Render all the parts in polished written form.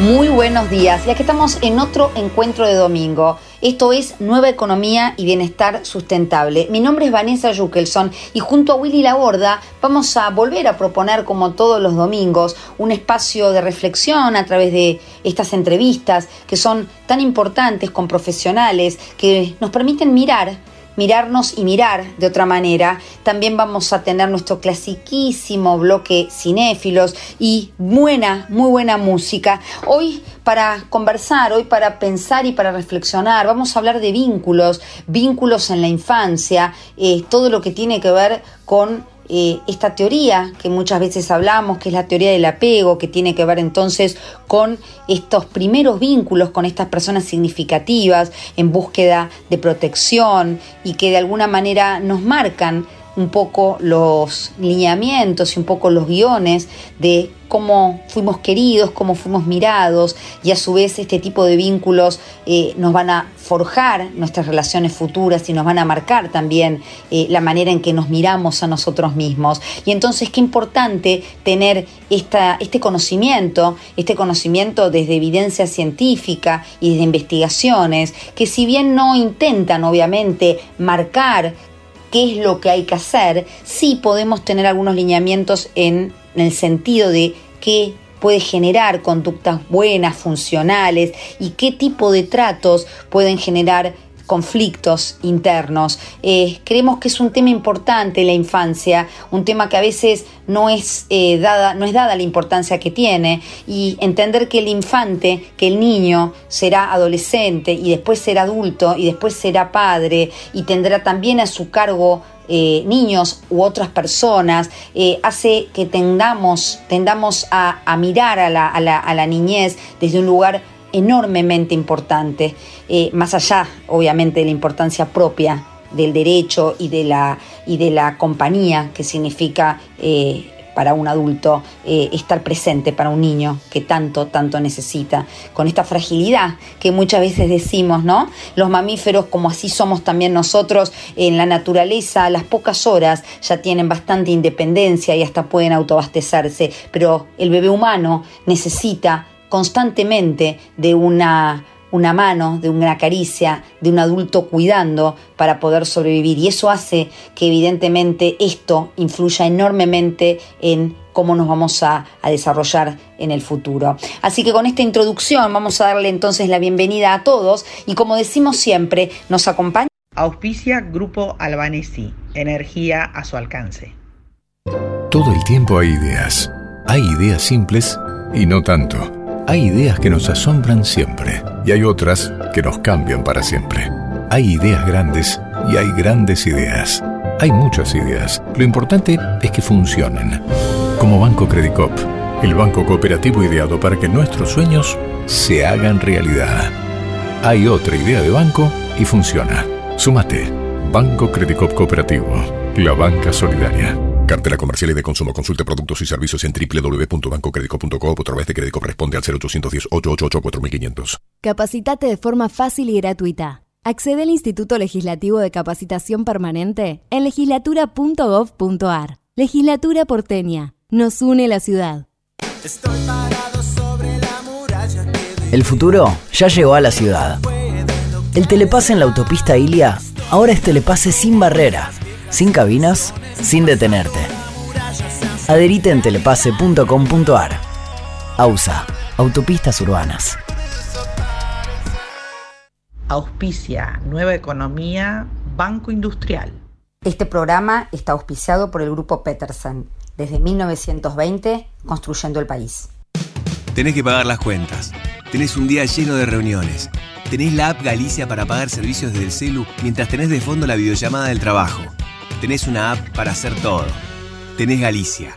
Muy buenos días, y aquí estamos en otro encuentro de domingo. Esto es Nueva Economía y Bienestar Sustentable. Mi nombre es Vanessa Jukelson y junto a Willy Laborda vamos a volver a proponer, como todos los domingos, un espacio de reflexión a través de estas entrevistas que son tan importantes con profesionales que nos permiten mirarnos y mirar de otra manera. También vamos a tener nuestro clasiquísimo bloque cinéfilos y muy buena música. Hoy para conversar, hoy para pensar y para reflexionar, vamos a hablar de vínculos en la infancia, todo lo que tiene que ver con esta teoría que muchas veces hablamos, que es la teoría del apego, que tiene que ver entonces con estos primeros vínculos con estas personas significativas en búsqueda de protección y que de alguna manera nos marcan un poco los lineamientos y un poco los guiones de cómo fuimos queridos, cómo fuimos mirados, y a su vez este tipo de vínculos nos van a forjar nuestras relaciones futuras y nos van a marcar también la manera en que nos miramos a nosotros mismos. Y entonces qué importante tener este conocimiento desde evidencia científica y desde investigaciones, que si bien no intentan obviamente marcar qué es lo que hay que hacer, sí podemos tener algunos lineamientos en el sentido de qué puede generar conductas buenas, funcionales, y qué tipo de tratos pueden generar conflictos internos. Creemos que es un tema importante la infancia, un tema que a veces no es dada la importancia que tiene, y entender que el infante, que el niño será adolescente y después será adulto y después será padre y tendrá también a su cargo niños u otras personas, hace que tendamos a mirar a la niñez desde un lugar enormemente importante, más allá obviamente de la importancia propia del derecho y de la compañía que significa para un adulto estar presente para un niño que tanto necesita, con esta fragilidad que muchas veces decimos, ¿no? Los mamíferos, como así somos también nosotros, en la naturaleza a las pocas horas ya tienen bastante independencia y hasta pueden autoabastecerse, pero el bebé humano necesita constantemente de una mano, de una caricia, de un adulto cuidando para poder sobrevivir, y eso hace que evidentemente esto influya enormemente en cómo nos vamos a desarrollar en el futuro. Así que con esta introducción vamos a darle entonces la bienvenida a todos, y como decimos siempre, nos acompaña. Auspicia Grupo Albanesi, energía a su alcance. Todo el tiempo hay ideas. Hay ideas simples y no tanto. Hay ideas que nos asombran siempre y hay otras que nos cambian para siempre. Hay ideas grandes y hay grandes ideas. Hay muchas ideas. Lo importante es que funcionen. Como Banco Credicop, el banco cooperativo ideado para que nuestros sueños se hagan realidad. Hay otra idea de banco y funciona. Súmate. Banco Credicop Cooperativo. La banca solidaria. Cartera comercial y de consumo. Consulte productos y servicios en www.bancocredico.co o a través de Credicop. Responde al 0810-888-4500. Capacitate de forma fácil y gratuita. Accede al Instituto Legislativo de Capacitación Permanente en legislatura.gov.ar. Legislatura porteña. Nos une la ciudad. Estoy parado sobre la muralla. El futuro ya llegó a la ciudad. El telepase en la autopista Ilia ahora es telepase sin barrera, sin cabinas, sin detenerte. Adherite en telepase.com.ar. AUSA, Autopistas Urbanas. Auspicia Nueva Economía, Banco Industrial. Este programa está auspiciado por el Grupo Petersen, desde 1920, construyendo el país. Tenés que pagar las cuentas. Tenés un día lleno de reuniones. Tenés la app Galicia para pagar servicios desde el celu mientras tenés de fondo la videollamada del trabajo. Tenés una app para hacer todo. Tenés Galicia.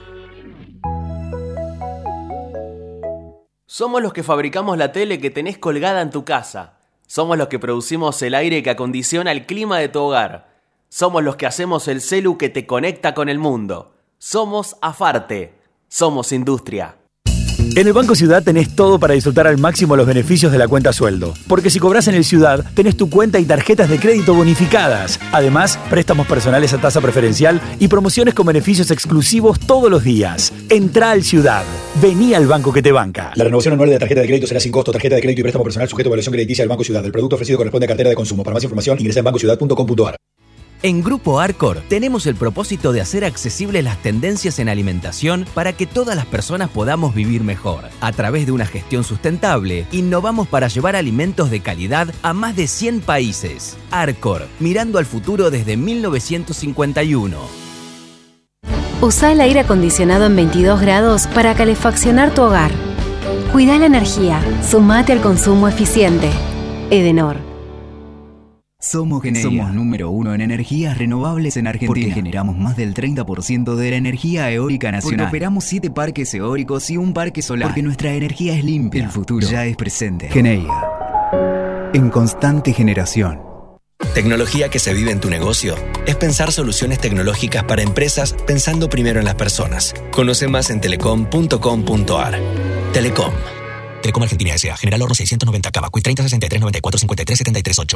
Somos los que fabricamos la tele que tenés colgada en tu casa. Somos los que producimos el aire que acondiciona el clima de tu hogar. Somos los que hacemos el celu que te conecta con el mundo. Somos Afarte. Somos industria. En el Banco Ciudad tenés todo para disfrutar al máximo los beneficios de la cuenta sueldo. Porque si cobras en el Ciudad, tenés tu cuenta y tarjetas de crédito bonificadas. Además, préstamos personales a tasa preferencial y promociones con beneficios exclusivos todos los días. Entrá al Ciudad. Vení al banco que te banca. La renovación anual de la tarjeta de crédito será sin costo. Tarjeta de crédito y préstamo personal sujeto a evaluación crediticia del Banco Ciudad. El producto ofrecido corresponde a cartera de consumo. Para más información, ingresa en bancociudad.com.ar. En Grupo Arcor tenemos el propósito de hacer accesibles las tendencias en alimentación para que todas las personas podamos vivir mejor. A través de una gestión sustentable, innovamos para llevar alimentos de calidad a más de 100 países. Arcor, mirando al futuro desde 1951. Usa el aire acondicionado en 22 grados para calefaccionar tu hogar. Cuida la energía. Sumate al consumo eficiente. Edenor. Somos número 1 en energías renovables en Argentina. Porque generamos más del 30% de la energía eólica nacional. Porque operamos 7 parques eólicos y un parque solar. Porque nuestra energía es limpia. El futuro ya es presente. Geneia. En constante generación. Tecnología que se vive en tu negocio es pensar soluciones tecnológicas para empresas pensando primero en las personas. Conoce más en telecom.com.ar. Telecom. Telecom Argentina S.A. General Horno 690 Cavacuy 30 63 94 53 73 8.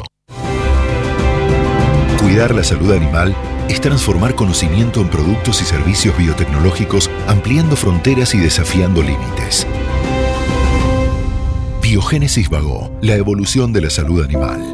Cuidar la salud animal es transformar conocimiento en productos y servicios biotecnológicos, ampliando fronteras y desafiando límites. Biogénesis Vago, la evolución de la salud animal.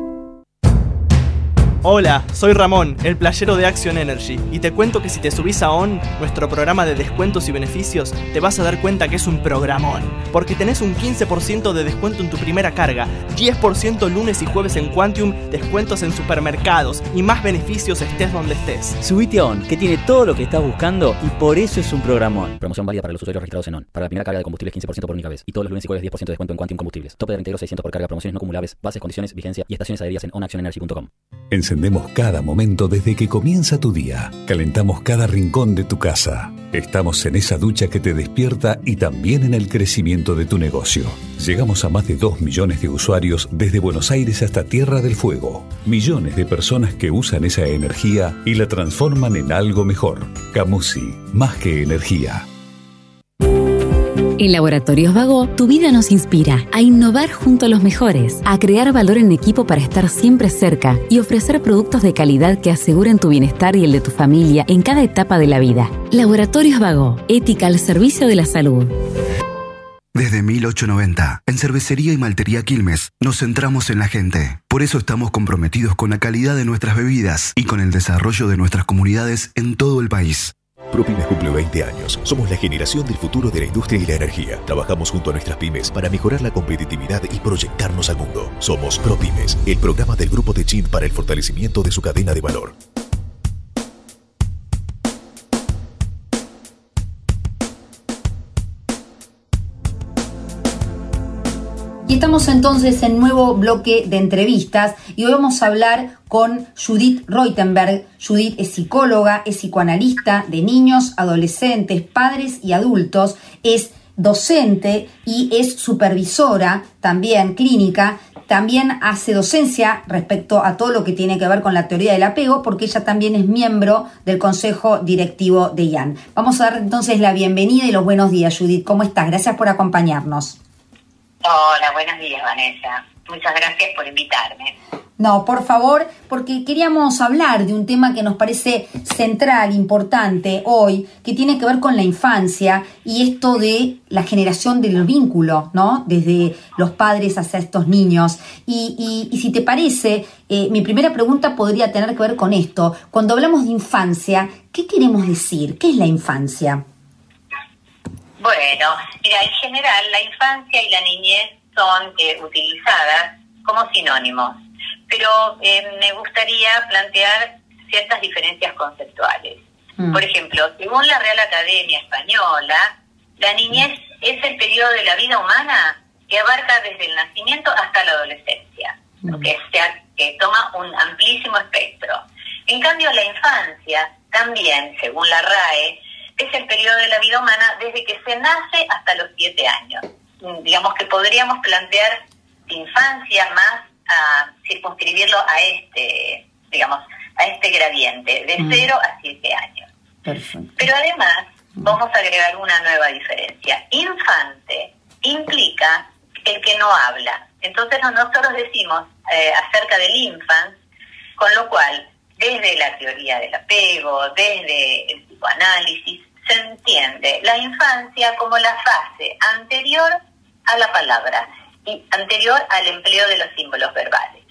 Hola, soy Ramón, el playero de Action Energy, y te cuento que si te subís a ON, nuestro programa de descuentos y beneficios, te vas a dar cuenta que es un programón, porque tenés un 15% de descuento en tu primera carga, 10% lunes y jueves en Quantium, descuentos en supermercados y más beneficios estés donde estés. Subite a ON, que tiene todo lo que estás buscando y por eso es un programón. Promoción válida para los usuarios registrados en ON. Para la primera carga de combustibles 15% por única vez, y todos los lunes y jueves 10% de descuento en Quantium Combustibles. Tope de reintegro 600 por carga, promociones no acumulables, bases, condiciones, vigencia y estaciones adheridas en onactionenergy.com. Encendemos cada momento desde que comienza tu día. Calentamos cada rincón de tu casa. Estamos en esa ducha que te despierta y también en el crecimiento de tu negocio. Llegamos a más de 2 millones de usuarios desde Buenos Aires hasta Tierra del Fuego. Millones de personas que usan esa energía y la transforman en algo mejor. Camusi, más que energía. En Laboratorios Vago, tu vida nos inspira a innovar junto a los mejores, a crear valor en equipo para estar siempre cerca y ofrecer productos de calidad que aseguren tu bienestar y el de tu familia en cada etapa de la vida. Laboratorios Vago, ética al servicio de la salud. Desde 1890, en Cervecería y Maltería Quilmes, nos centramos en la gente. Por eso estamos comprometidos con la calidad de nuestras bebidas y con el desarrollo de nuestras comunidades en todo el país. ProPymes cumple 20 años. Somos la generación del futuro de la industria y la energía. Trabajamos junto a nuestras pymes para mejorar la competitividad y proyectarnos al mundo. Somos ProPymes, el programa del Grupo Techint para el fortalecimiento de su cadena de valor. Y estamos entonces en nuevo bloque de entrevistas y hoy vamos a hablar con Judith Reutenberg. Judith es psicóloga, es psicoanalista de niños, adolescentes, padres y adultos, es docente y es supervisora también clínica. También hace docencia respecto a todo lo que tiene que ver con la teoría del apego, porque ella también es miembro del consejo directivo de IAN. Vamos a dar entonces la bienvenida y los buenos días, Judith. ¿Cómo estás? Gracias por acompañarnos. Hola, buenos días, Vanessa. Muchas gracias por invitarme. No, por favor, porque queríamos hablar de un tema que nos parece central, importante hoy, que tiene que ver con la infancia y esto de la generación del vínculo, ¿no? Desde los padres hacia estos niños. Y si te parece, mi primera pregunta podría tener que ver con esto. Cuando hablamos de infancia, ¿qué queremos decir? ¿Qué es la infancia? Bueno, mira, en general la infancia y la niñez son utilizadas como sinónimos, pero me gustaría plantear ciertas diferencias conceptuales. Por ejemplo, según la Real Academia Española, la niñez es el periodo de la vida humana que abarca desde el nacimiento hasta la adolescencia, que toma un amplísimo espectro. En cambio, la infancia también, según la RAE, es el periodo de la vida humana desde que se nace hasta los 7 años. Digamos que podríamos plantear infancia más a circunscribirlo a este gradiente, de 0 a 7 años. Perfecto. Pero además, vamos a agregar una nueva diferencia. Infante implica el que no habla. Entonces nosotros decimos acerca del infant, con lo cual, desde la teoría del apego, desde el psicoanálisis, se entiende la infancia como la fase anterior a la palabra y anterior al empleo de los símbolos verbales.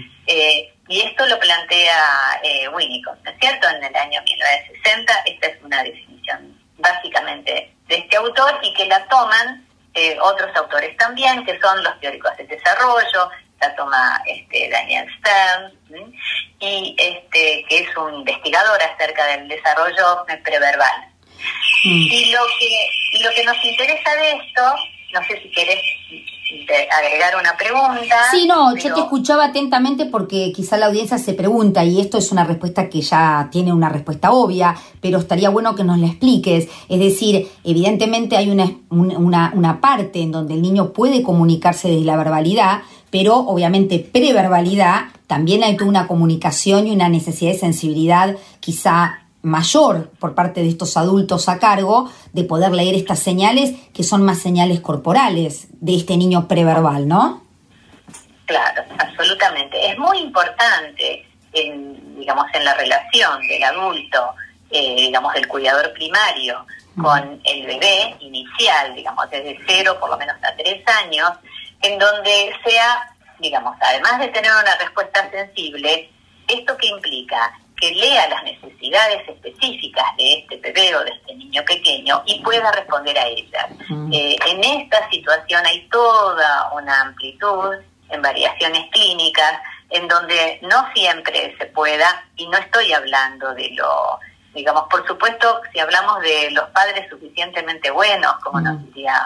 Y esto lo plantea Winnicott, ¿no es cierto? En el año 1960, esta es una definición básicamente de este autor y que la toman otros autores también, que son los teóricos del desarrollo, la toma Daniel Stern, y que es un investigador acerca del desarrollo preverbal. Y lo que nos interesa de esto, no sé si querés agregar una pregunta. Sí, no, yo te escuchaba atentamente porque quizá la audiencia se pregunta, y esto es una respuesta que ya tiene una respuesta obvia, pero estaría bueno que nos la expliques. Es decir, evidentemente hay una parte en donde el niño puede comunicarse desde la verbalidad, pero obviamente preverbalidad también hay toda una comunicación y una necesidad de sensibilidad quizá mayor por parte de estos adultos a cargo de poder leer estas señales que son más señales corporales de este niño preverbal, ¿no? Claro, absolutamente. Es muy importante, en la relación del adulto, del cuidador primario con el bebé inicial, desde 0 por lo menos a 3 años, en donde sea, además de tener una respuesta sensible, ¿esto qué implica? Que lea las necesidades específicas de este bebé o de este niño pequeño y pueda responder a ellas. En esta situación hay toda una amplitud en variaciones clínicas en donde no siempre se pueda, y no estoy hablando de por supuesto, si hablamos de los padres suficientemente buenos, como nos diría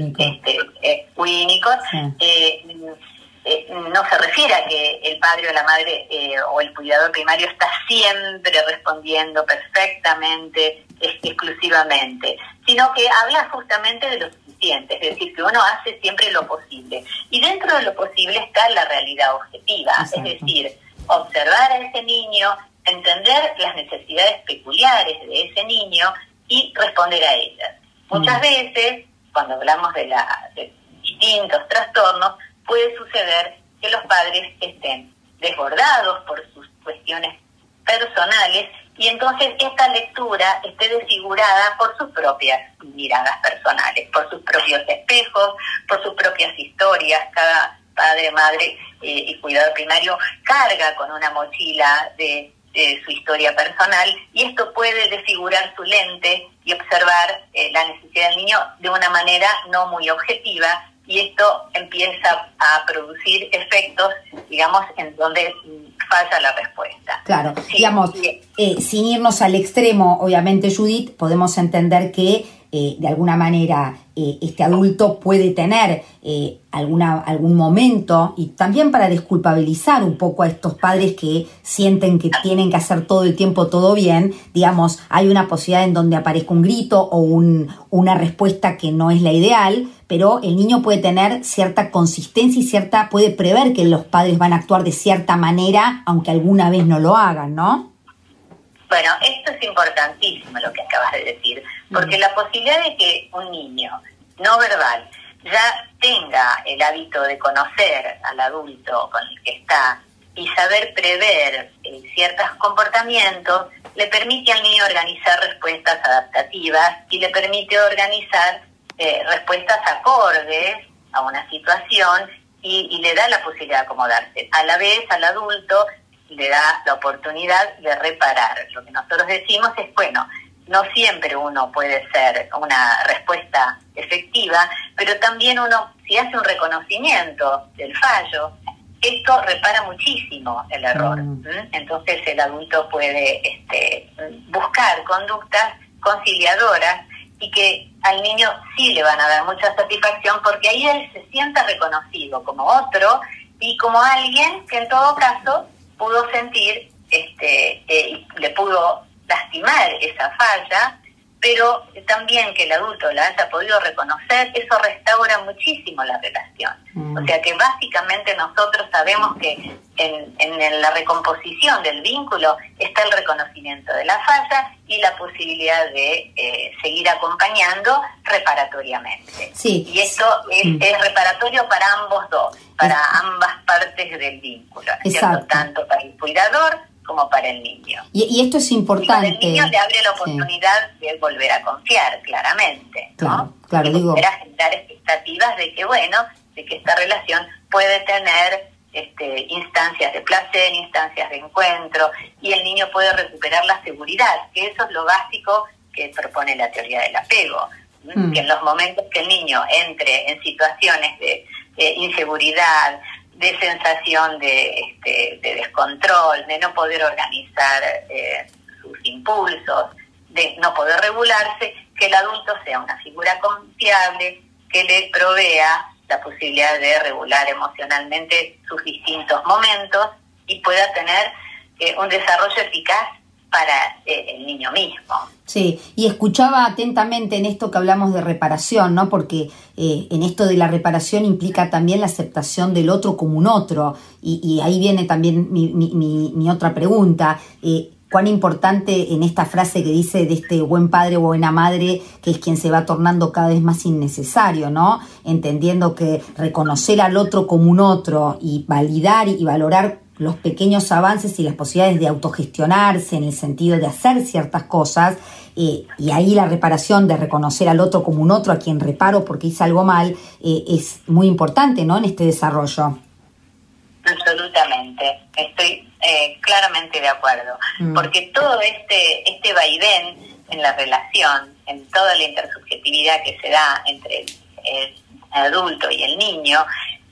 Winnicott, no se refiere a que el padre o la madre o el cuidador primario está siempre respondiendo perfectamente, exclusivamente, sino que habla justamente de lo suficiente, es decir, que uno hace siempre lo posible. Y dentro de lo posible está la realidad objetiva, es decir, observar a ese niño, entender las necesidades peculiares de ese niño y responder a ellas. Muchas veces, cuando hablamos de distintos trastornos, puede suceder que los padres estén desbordados por sus cuestiones personales y entonces esta lectura esté desfigurada por sus propias miradas personales, por sus propios espejos, por sus propias historias. Cada padre, madre y cuidador primario carga con una mochila de su historia personal y esto puede desfigurar su lente y observar la necesidad del niño de una manera no muy objetiva. Y esto empieza a producir efectos, en donde falla la respuesta. Claro, sin irnos al extremo, obviamente, Judith, podemos entender que de alguna manera este adulto puede tener algún momento, y también para desculpabilizar un poco a estos padres que sienten que tienen que hacer todo el tiempo todo bien, hay una posibilidad en donde aparezca un grito o una respuesta que no es la ideal, pero el niño puede tener cierta consistencia y puede prever que los padres van a actuar de cierta manera, aunque alguna vez no lo hagan, ¿no? Bueno, esto es importantísimo lo que acabas de decir, porque la posibilidad de que un niño no verbal ya tenga el hábito de conocer al adulto con el que está y saber prever ciertos comportamientos, le permite al niño organizar respuestas adaptativas y le permite organizar respuestas acordes a una situación y le da la posibilidad de acomodarse. A la vez, al adulto le da la oportunidad de reparar. Lo que nosotros decimos es, no siempre uno puede ser una respuesta efectiva, pero también uno, si hace un reconocimiento del fallo, esto repara muchísimo el error. Entonces el adulto puede buscar conductas conciliadoras y que al niño sí le van a dar mucha satisfacción porque ahí él se sienta reconocido como otro y como alguien que en todo caso pudo sentir, le pudo lastimar esa falla pero también que el adulto la haya podido reconocer, eso restaura muchísimo la relación. O sea que básicamente nosotros sabemos que en la recomposición del vínculo está el reconocimiento de la falla y la posibilidad de seguir acompañando reparatoriamente. Sí. Y esto es reparatorio para ambos dos, para ambas partes del vínculo, ¿no es cierto? Tanto para el cuidador como para el niño. Y esto es importante. Y para el niño le abre la oportunidad de volver a confiar, claramente, ¿no? Claro, y volver a generar expectativas de que, bueno, de que esta relación puede tener instancias de placer, instancias de encuentro, y el niño puede recuperar la seguridad, que eso es lo básico que propone la teoría del apego. Que en los momentos que el niño entre en situaciones de inseguridad, de sensación de descontrol, de no poder organizar sus impulsos, de no poder regularse, que el adulto sea una figura confiable, que le provea la posibilidad de regular emocionalmente sus distintos momentos y pueda tener un desarrollo eficaz para el niño mismo. Sí, y escuchaba atentamente en esto que hablamos de reparación, ¿no? Porque en esto de la reparación implica también la aceptación del otro como un otro, y ahí viene también mi otra pregunta. Cuán importante en esta frase que dice de este buen padre o buena madre, que es quien se va tornando cada vez más innecesario, ¿no? Entendiendo que reconocer al otro como un otro y validar y valorar los pequeños avances y las posibilidades de autogestionarse en el sentido de hacer ciertas cosas, y ahí la reparación de reconocer al otro como un otro a quien reparo porque hice algo mal, es muy importante, ¿no? En este desarrollo. Absolutamente, estoy claramente de acuerdo, porque todo este vaivén en la relación, en toda la intersubjetividad que se da entre el adulto y el niño,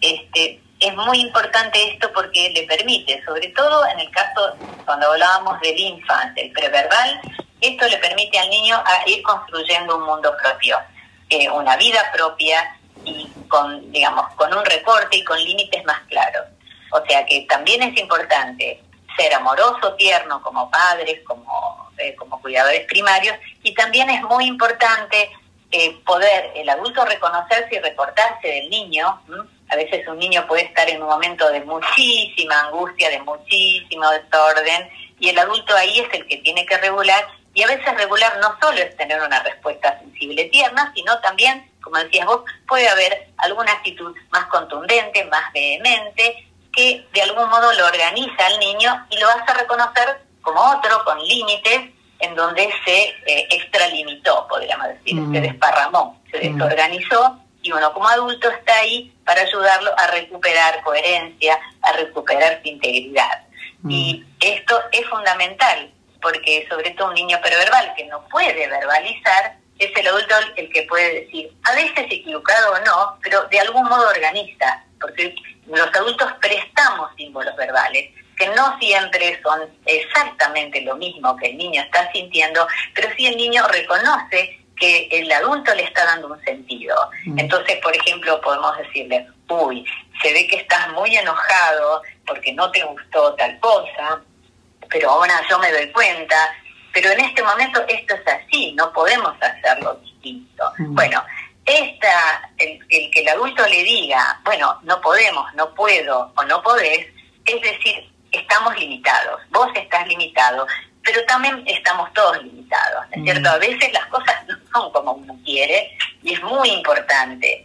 es muy importante esto porque le permite, sobre todo en el caso cuando hablábamos del infante, el preverbal, esto le permite al niño a ir construyendo un mundo propio, una vida propia y con un recorte y con límites más claros. O sea que también es importante ser amoroso, tierno como padres, como cuidadores primarios, y también es muy importante poder el adulto reconocerse y recortarse del niño. A veces un niño puede estar en un momento de muchísima angustia, de muchísimo desorden, y el adulto ahí es el que tiene que regular, y a veces regular no solo es tener una respuesta sensible tierna, sino también, como decías vos, puede haber alguna actitud más contundente, más vehemente, que de algún modo lo organiza al niño y lo hace reconocer como otro, con límites, en donde se extralimitó, podríamos decir, se desparramó, se desorganizó, y uno como adulto está ahí para ayudarlo a recuperar coherencia, a recuperar su integridad. Y esto es fundamental, porque sobre todo un niño preverbal que no puede verbalizar, es el adulto el que puede decir, a veces equivocado o no, pero de algún modo organiza, porque los adultos prestamos símbolos verbales, que no siempre son exactamente lo mismo que el niño está sintiendo, pero sí el niño reconoce que el adulto le está dando un sentido. Entonces, por ejemplo, podemos decirle, uy, se ve que estás muy enojado porque no te gustó tal cosa, pero ahora yo me doy cuenta, pero en este momento esto es así, no podemos hacerlo distinto. Bueno, el que el adulto le diga, bueno, no podemos, no puedo o no podés, es decir, estamos limitados, vos estás limitado, pero también estamos todos limitados, ¿no es cierto? A veces las cosas no son como uno quiere, y es muy importante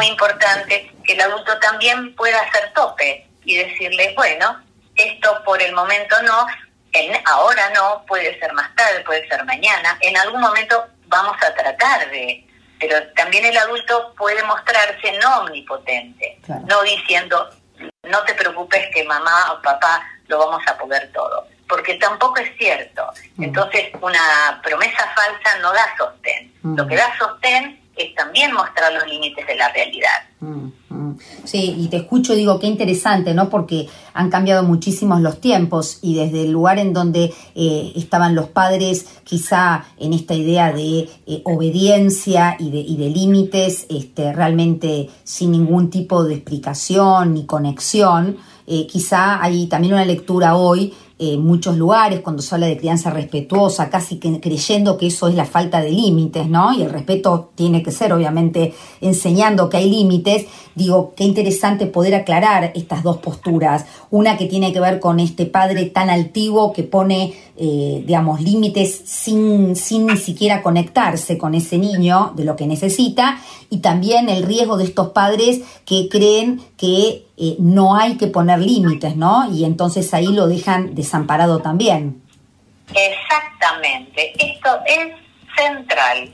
que el adulto también pueda hacer tope y decirle, bueno, esto por el momento no, ahora no, puede ser más tarde, puede ser mañana, en algún momento vamos a tratar de... Pero también el adulto puede mostrarse no omnipotente, claro, no diciendo, no te preocupes que mamá o papá lo vamos a poder todo, porque tampoco es cierto. Entonces una promesa falsa no da sostén. Lo que da sostén es también mostrar los límites de la realidad. Sí, y te escucho, digo, qué interesante, ¿no? Porque han cambiado muchísimos los tiempos, y desde el lugar en donde estaban los padres, quizá en esta idea de obediencia y de límites, realmente sin ningún tipo de explicación ni conexión, quizá hay también una lectura hoy muchos lugares cuando se habla de crianza respetuosa, casi que creyendo que eso es la falta de límites, ¿no? Y el respeto tiene que ser, obviamente, enseñando que hay límites. Digo, qué interesante poder aclarar estas dos posturas. Una que tiene que ver con este padre tan altivo que pone, digamos, límites sin ni siquiera conectarse con ese niño de lo que necesita, y también el riesgo de estos padres que creen que no hay que poner límites, ¿no? Y entonces ahí lo dejan desamparado también. Exactamente. Esto es central,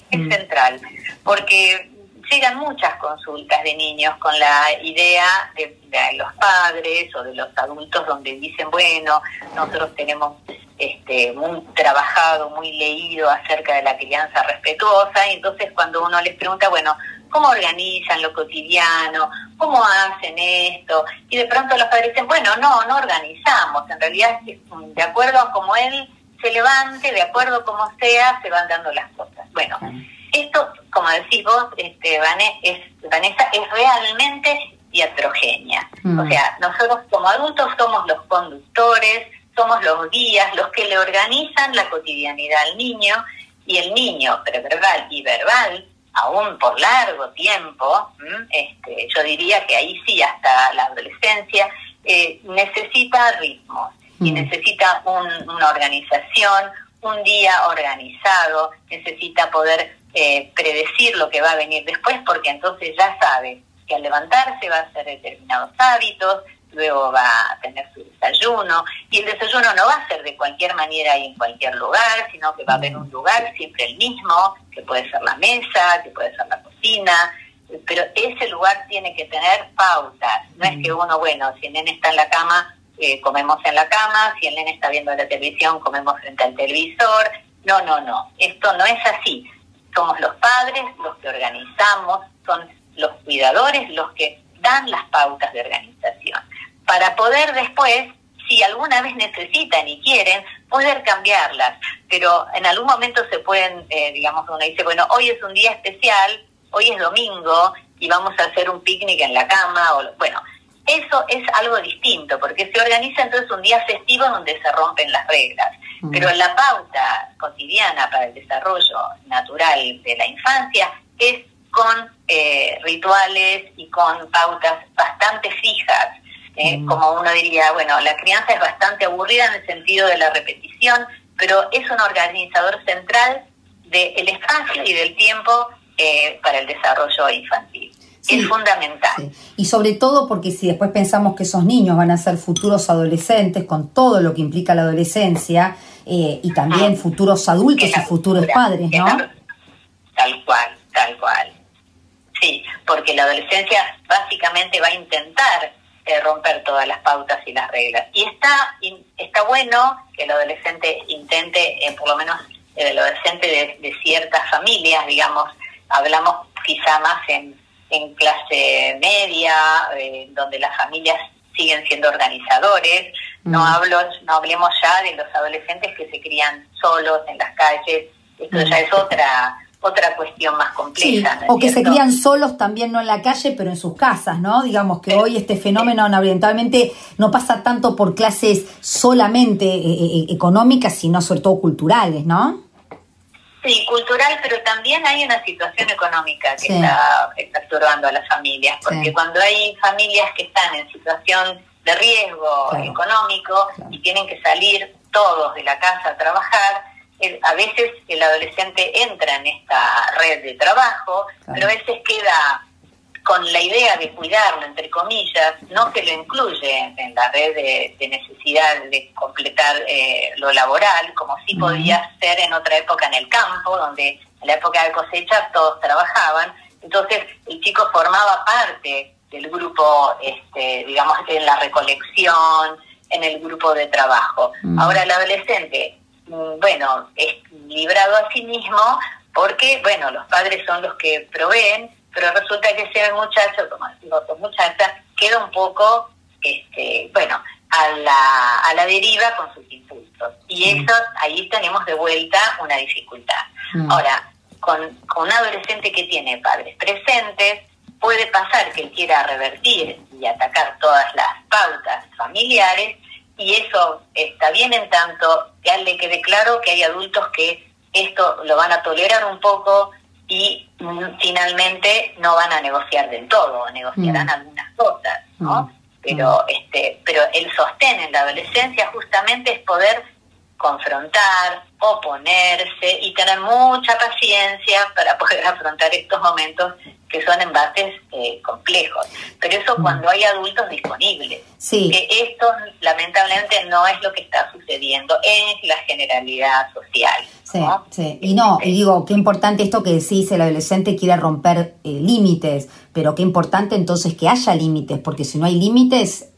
porque llegan muchas consultas de niños con la idea de los padres o de los adultos donde dicen, bueno, nosotros tenemos muy trabajado, muy leído acerca de la crianza respetuosa, y entonces cuando uno les pregunta, bueno, ¿cómo organizan lo cotidiano? ¿Cómo hacen esto? Y de pronto los padres dicen, bueno, no organizamos, en realidad de acuerdo a cómo él se levante, de acuerdo a cómo sea, se van dando las cosas. Bueno, esto, como decís vos, Vanessa, es realmente iatrogenia. O sea, nosotros como adultos somos los conductores, somos los guías, los que le organizan la cotidianidad al niño, y el niño preverbal y verbal, aún por largo tiempo, yo diría que ahí sí, hasta la adolescencia, necesita ritmos y necesita una organización, un día organizado, necesita poder predecir lo que va a venir después, porque entonces ya sabe que al levantarse va a hacer determinados hábitos, luego va a tener su desayuno, y el desayuno no va a ser de cualquier manera y en cualquier lugar, sino que va a haber un lugar siempre el mismo, que puede ser la mesa, que puede ser la cocina, pero ese lugar tiene que tener pautas. No es que uno, bueno, si el nene está en la cama, comemos en la cama, si el nene está viendo la televisión, comemos frente al televisor. No, esto no es así. Somos los padres los que organizamos, son los cuidadores los que dan las pautas de organización, para poder después, si alguna vez necesitan y quieren, poder cambiarlas. Pero en algún momento se pueden, uno dice, bueno, hoy es un día especial, hoy es domingo y vamos a hacer un picnic en la cama. Bueno, eso es algo distinto, porque se organiza entonces un día festivo donde se rompen las reglas. Pero la pauta cotidiana para el desarrollo natural de la infancia es con rituales y con pautas bastante fijas. Como uno diría, bueno, la crianza es bastante aburrida en el sentido de la repetición, pero es un organizador central del espacio y del tiempo para el desarrollo infantil. Sí, es fundamental. Sí. Y sobre todo porque si después pensamos que esos niños van a ser futuros adolescentes, con todo lo que implica la adolescencia, y también futuros adultos y futuros padres, ¿no? Tal cual. Sí, porque la adolescencia básicamente va a intentar romper todas las pautas y las reglas. Y está bueno que el adolescente intente, por lo menos el adolescente de ciertas familias, digamos, hablamos quizá más en clase media, donde las familias siguen siendo organizadores. No hablemos ya de los adolescentes que se crían solos en las calles. Esto ya es otra cuestión más compleja. Sí, o que se crían solos también, no en la calle, pero en sus casas, ¿no? Digamos que hoy este fenómeno orientalmente no pasa tanto por clases solamente económicas, sino sobre todo culturales, ¿no? Sí, cultural, pero también hay una situación económica que está perturbando a las familias, porque cuando hay familias que están en situación de riesgo económico y tienen que salir todos de la casa a trabajar, a veces el adolescente entra en esta red de trabajo, pero a veces queda con la idea de cuidarlo, entre comillas, no se lo incluye en la red de necesidad de completar lo laboral, como sí podía ser en otra época en el campo, donde en la época de cosecha todos trabajaban. Entonces el chico formaba parte del grupo, digamos, en la recolección, en el grupo de trabajo. Ahora el adolescente, bueno, es librado a sí mismo porque, bueno, los padres son los que proveen, pero resulta que ese muchacho, como decimos, muchacha, queda un poco, a la deriva con sus impulsos. Y eso, ahí tenemos de vuelta una dificultad. Ahora, con un adolescente que tiene padres presentes, puede pasar que él quiera revertir y atacar todas las pautas familiares, y eso está bien en tanto que le quede claro que hay adultos que esto lo van a tolerar un poco y finalmente no van a negociar del todo, negociarán algunas cosas, ¿no? Pero el sostén en la adolescencia justamente es poder confrontar, oponerse y tener mucha paciencia para poder afrontar estos momentos que son embates complejos. Pero eso cuando hay adultos disponibles. Sí. Que esto lamentablemente no es lo que está sucediendo en la generalidad social. Sí, ¿no? sí. Y digo, qué importante esto que decís, el adolescente quiere romper límites, pero qué importante entonces que haya límites, porque si no hay límites,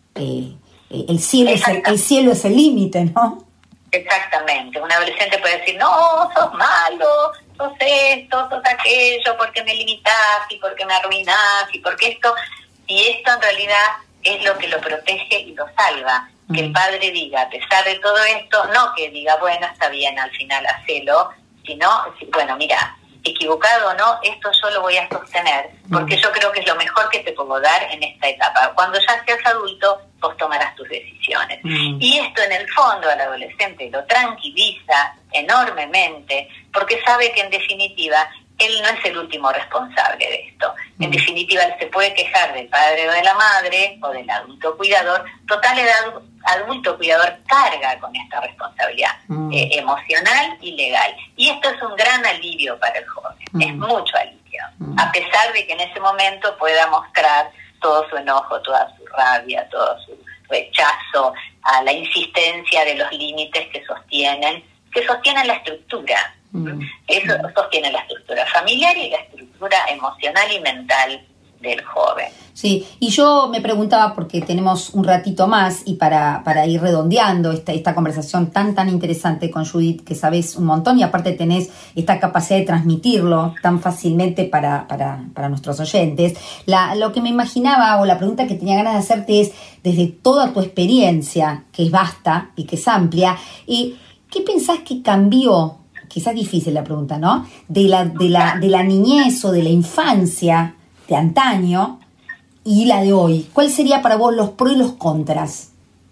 el cielo es el límite, ¿no? Exactamente. Un adolescente puede decir, no, sos malo, sos esto, sos aquello, porque me limitás y porque me arruinás y porque esto. Y esto en realidad es lo que lo protege y lo salva. Que el padre diga, a pesar de todo esto, no que diga, bueno, está bien, al final hacelo, sino, bueno, mira, equivocado o no, esto yo lo voy a sostener, porque yo creo que es lo mejor que te puedo dar en esta etapa. Cuando ya seas adulto, vos tomarás tus decisiones. Y esto en el fondo al adolescente lo tranquiliza enormemente, porque sabe que en definitiva él no es el último responsable de esto. En definitiva, él se puede quejar del padre o de la madre o del adulto cuidador. Total, el adulto cuidador carga con esta responsabilidad emocional y legal. Y esto es un gran alivio para el joven. Es mucho alivio. A pesar de que en ese momento pueda mostrar todo su enojo, toda su rabia, todo su rechazo a la insistencia de los límites que sostienen la estructura. Eso sostiene la estructura familiar y la estructura emocional y mental del joven. Sí, y yo me preguntaba, porque tenemos un ratito más y para ir redondeando esta conversación tan interesante con Judith, que sabes un montón y aparte tenés esta capacidad de transmitirlo tan fácilmente para nuestros oyentes. Lo que me imaginaba, o la pregunta que tenía ganas de hacerte es, desde toda tu experiencia, que es vasta y que es amplia, ¿qué pensás que cambió? Quizás difícil la pregunta, ¿no? De la niñez o de la infancia de antaño y la de hoy. ¿Cuál sería para vos los pros y los contras?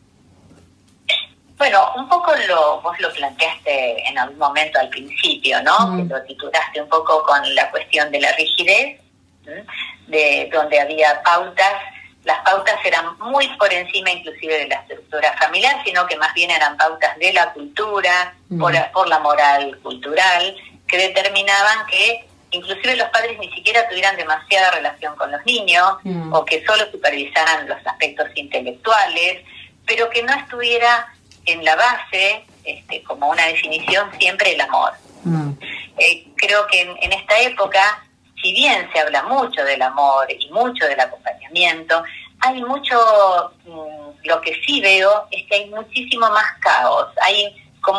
Bueno, un poco vos lo planteaste en algún momento al principio, ¿no? Que lo titulaste un poco con la cuestión de la rigidez, de donde había pautas. Las pautas eran muy por encima inclusive de la estructura familiar, sino que más bien eran pautas de la cultura, por la moral cultural, que determinaban que inclusive los padres ni siquiera tuvieran demasiada relación con los niños, o que solo supervisaran los aspectos intelectuales, pero que no estuviera en la base, como una definición, siempre el amor. Creo que en esta época, si bien se habla mucho del amor y mucho del acompañamiento, hay mucho, lo que sí veo es que hay muchísimo más caos, hay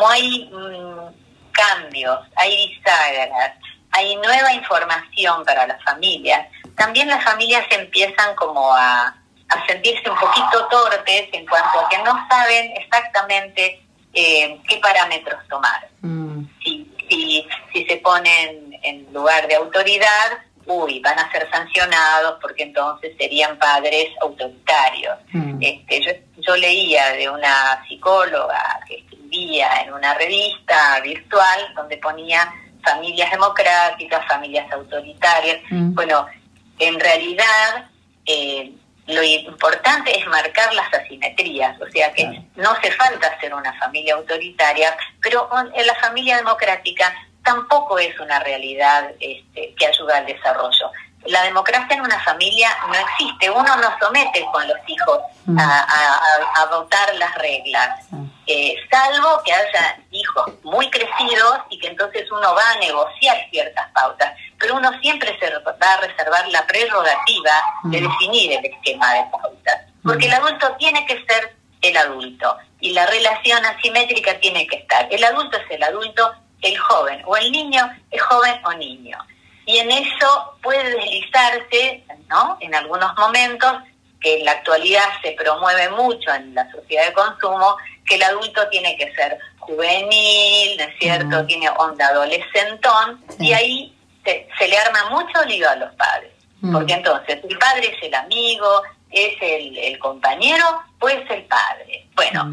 cambios, hay bisagras, hay nueva información para las familias. También las familias empiezan como a sentirse un poquito torpes en cuanto a que no saben exactamente qué parámetros tomar. Si se ponen en lugar de autoridad, van a ser sancionados porque entonces serían padres autoritarios. Yo leía de una psicóloga que escribía en una revista virtual donde ponía familias democráticas, familias autoritarias. Bueno, en realidad lo importante es marcar las asimetrías, o sea que no hace falta ser una familia autoritaria, pero en la familia democrática tampoco es una realidad que ayuda al desarrollo. La democracia en una familia no existe. Uno no somete con los hijos a votar las reglas, salvo que haya hijos muy crecidos y que entonces uno va a negociar ciertas pautas. Pero uno siempre se va a reservar la prerrogativa de definir el esquema de pautas. Porque el adulto tiene que ser el adulto y la relación asimétrica tiene que estar. El adulto es el adulto, el joven o el niño es joven o niño. Y en eso puede deslizarse, ¿no?, en algunos momentos, que en la actualidad se promueve mucho en la sociedad de consumo, que el adulto tiene que ser juvenil, ¿no es cierto?, tiene onda adolescentón, y ahí se le arma mucho lío a los padres. Porque entonces el padre es el amigo, es el compañero o es el padre. Bueno,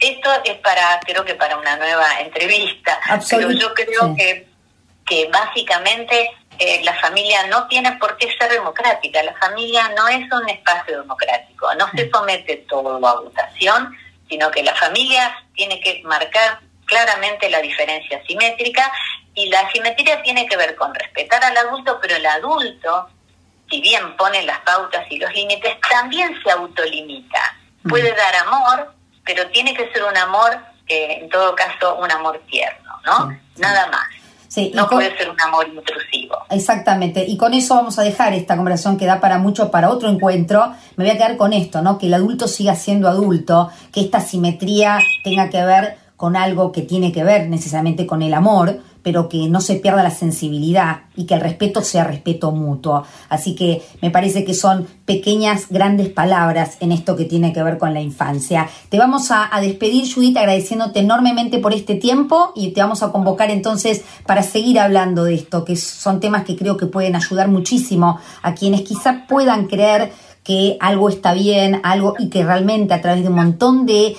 Esto es creo que para una nueva entrevista, pero yo creo que básicamente la familia no tiene por qué ser democrática. La familia no es un espacio democrático, no se somete todo a votación, sino que la familia tiene que marcar claramente la diferencia asimétrica, y la asimetría tiene que ver con respetar al adulto, pero el adulto, si bien pone las pautas y los límites, también se autolimita. Puede dar amor, pero tiene que ser un amor, en todo caso, un amor tierno, ¿no? Nada más. Sí, no puede ser un amor intrusivo. Exactamente, y con eso vamos a dejar esta conversación que da para mucho, para otro encuentro. Me voy a quedar con esto, ¿no? Que el adulto siga siendo adulto, que esta simetría tenga que ver con algo que tiene que ver necesariamente con el amor, pero que no se pierda la sensibilidad y que el respeto sea respeto mutuo. Así que me parece que son pequeñas, grandes palabras en esto que tiene que ver con la infancia. Te vamos a despedir, Judith, agradeciéndote enormemente por este tiempo, y te vamos a convocar entonces para seguir hablando de esto, que son temas que creo que pueden ayudar muchísimo a quienes quizá puedan creer que algo está bien, algo, y que realmente a través de un montón de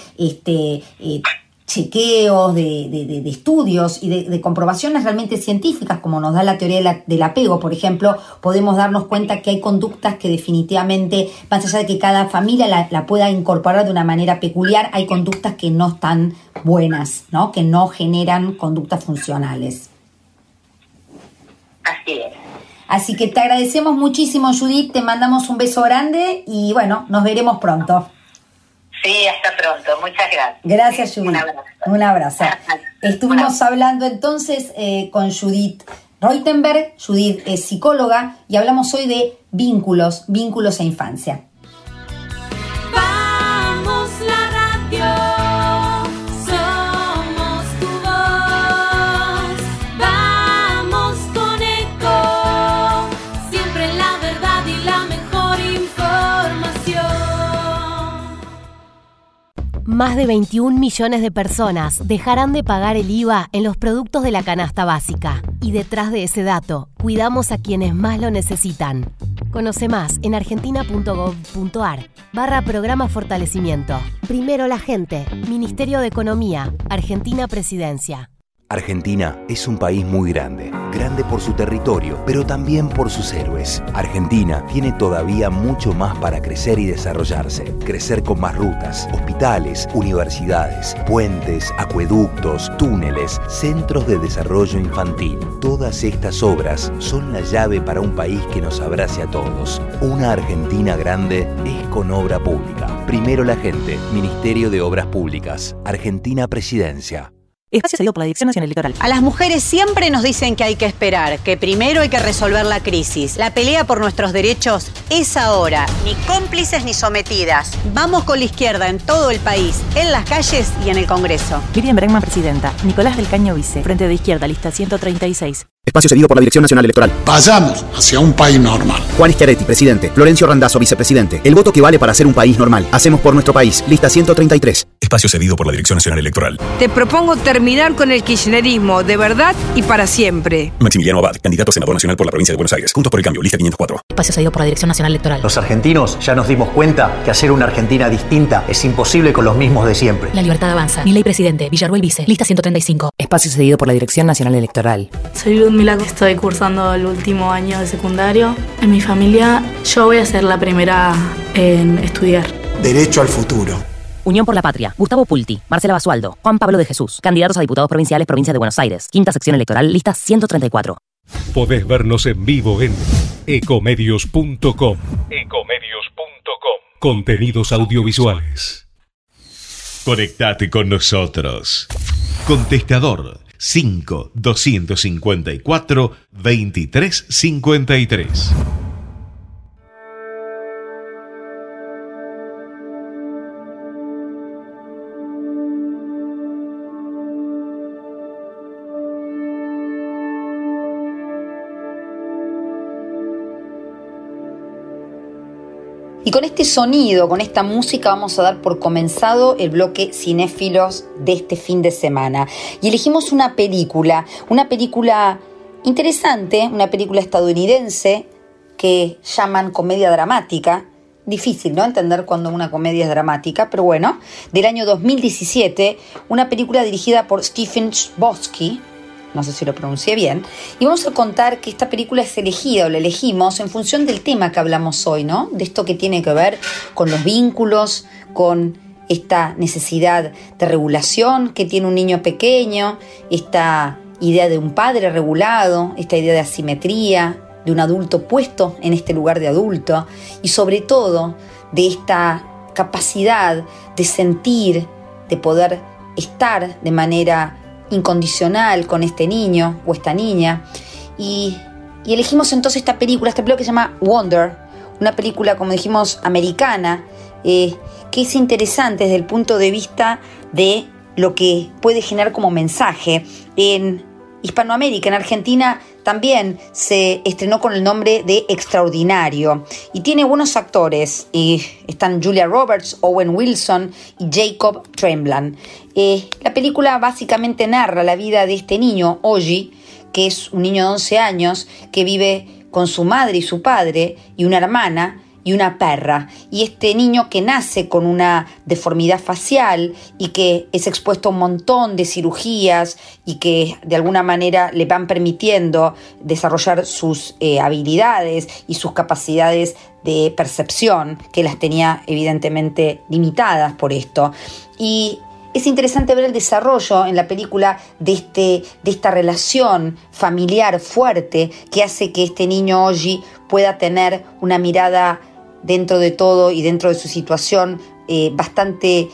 chequeos, de estudios y de comprobaciones realmente científicas, como nos da la teoría del apego, por ejemplo, podemos darnos cuenta que hay conductas que definitivamente, más allá de que cada familia la pueda incorporar de una manera peculiar, hay conductas que no están buenas, ¿no? Que no generan conductas funcionales. Así es. Así que te agradecemos muchísimo, Judith, te mandamos un beso grande y bueno, nos veremos pronto. Sí, hasta pronto. Muchas gracias. Gracias, Judith. Un abrazo. Estuvimos hablando entonces con Judith Reutenberg. Judith es psicóloga y hablamos hoy de vínculos e infancia. Vamos la radio, somos tu voz. Vamos con Eco, siempre la verdad y la mejor información. Más de 21 millones de personas dejarán de pagar el IVA en los productos de la canasta básica. Y detrás de ese dato, cuidamos a quienes más lo necesitan. Conoce más en argentina.gov.ar/programa fortalecimiento. Primero la gente. Ministerio de Economía. Argentina Presidencia. Argentina es un país muy grande, grande por su territorio, pero también por sus héroes. Argentina tiene todavía mucho más para crecer y desarrollarse. Crecer con más rutas, hospitales, universidades, puentes, acueductos, túneles, centros de desarrollo infantil. Todas estas obras son la llave para un país que nos abrace a todos. Una Argentina grande es con obra pública. Primero la gente. Ministerio de Obras Públicas. Argentina Presidencia. Espacio cedido por la Dirección Nacional Electoral. A las mujeres siempre nos dicen que hay que esperar, que primero hay que resolver la crisis. La pelea por nuestros derechos es ahora. Ni cómplices ni sometidas. Vamos con la izquierda en todo el país, en las calles y en el Congreso. Miriam Bregman, presidenta. Nicolás del Caño, vice. Frente de Izquierda, lista 136. Espacio cedido por la Dirección Nacional Electoral. Vayamos hacia un país normal. Juan Schiaretti, presidente. Florencio Randazzo, vicepresidente. El voto que vale para ser un país normal. Hacemos por nuestro país. Lista 133. Espacio cedido por la Dirección Nacional Electoral. Te propongo terminar con el kirchnerismo de verdad y para siempre. Maximiliano Abad, candidato a senador nacional por la provincia de Buenos Aires. Juntos por el Cambio, lista 504. Espacio cedido por la Dirección Nacional Electoral. Los argentinos ya nos dimos cuenta que hacer una Argentina distinta es imposible con los mismos de siempre. La libertad avanza. Milei presidente, Villarruel vice. Lista 135. Espacio cedido por la Dirección Nacional Electoral. Soy Ludmila, estoy cursando el último año de secundario. En mi familia yo voy a ser la primera en estudiar. Derecho al futuro. Unión por la Patria, Gustavo Pulti, Marcela Basualdo, Juan Pablo de Jesús, candidatos a diputados provinciales, provincia de Buenos Aires, quinta sección electoral, lista 134. Podés vernos en vivo en ecomedios.com. Contenidos audiovisuales. Conectate con nosotros. Contestador 5-254-2353. Y con este sonido, con esta música, vamos a dar por comenzado el bloque cinéfilos de este fin de semana. Y elegimos una película interesante, una película estadounidense que llaman comedia dramática, difícil, ¿no?, entender cuando una comedia es dramática, pero bueno, del año 2017, una película dirigida por Stephen Chbosky, no sé si lo pronuncié bien, y vamos a contar que esta película es elegida o la elegimos en función del tema que hablamos hoy, ¿no?, de esto que tiene que ver con los vínculos, con esta necesidad de regulación que tiene un niño pequeño, esta idea de un padre regulado, esta idea de asimetría, de un adulto puesto en este lugar de adulto, y sobre todo de esta capacidad de sentir, de poder estar de manera incondicional con este niño o esta niña. Y elegimos entonces esta película que se llama Wonder, una película, como dijimos, americana, que es interesante desde el punto de vista de lo que puede generar como mensaje. En Hispanoamérica, en Argentina, también se estrenó con el nombre de Extraordinario y tiene buenos actores, y están Julia Roberts, Owen Wilson y Jacob Tremblay. La película básicamente narra la vida de este niño, Oji, que es un niño de 11 años que vive con su madre y su padre y una hermana y una perra, y este niño que nace con una deformidad facial y que es expuesto a un montón de cirugías y que de alguna manera le van permitiendo desarrollar sus habilidades y sus capacidades de percepción, que las tenía evidentemente limitadas por esto. Y es interesante ver el desarrollo en la película de esta relación familiar fuerte que hace que este niño Oji pueda tener una mirada dentro de todo y dentro de su situación bastante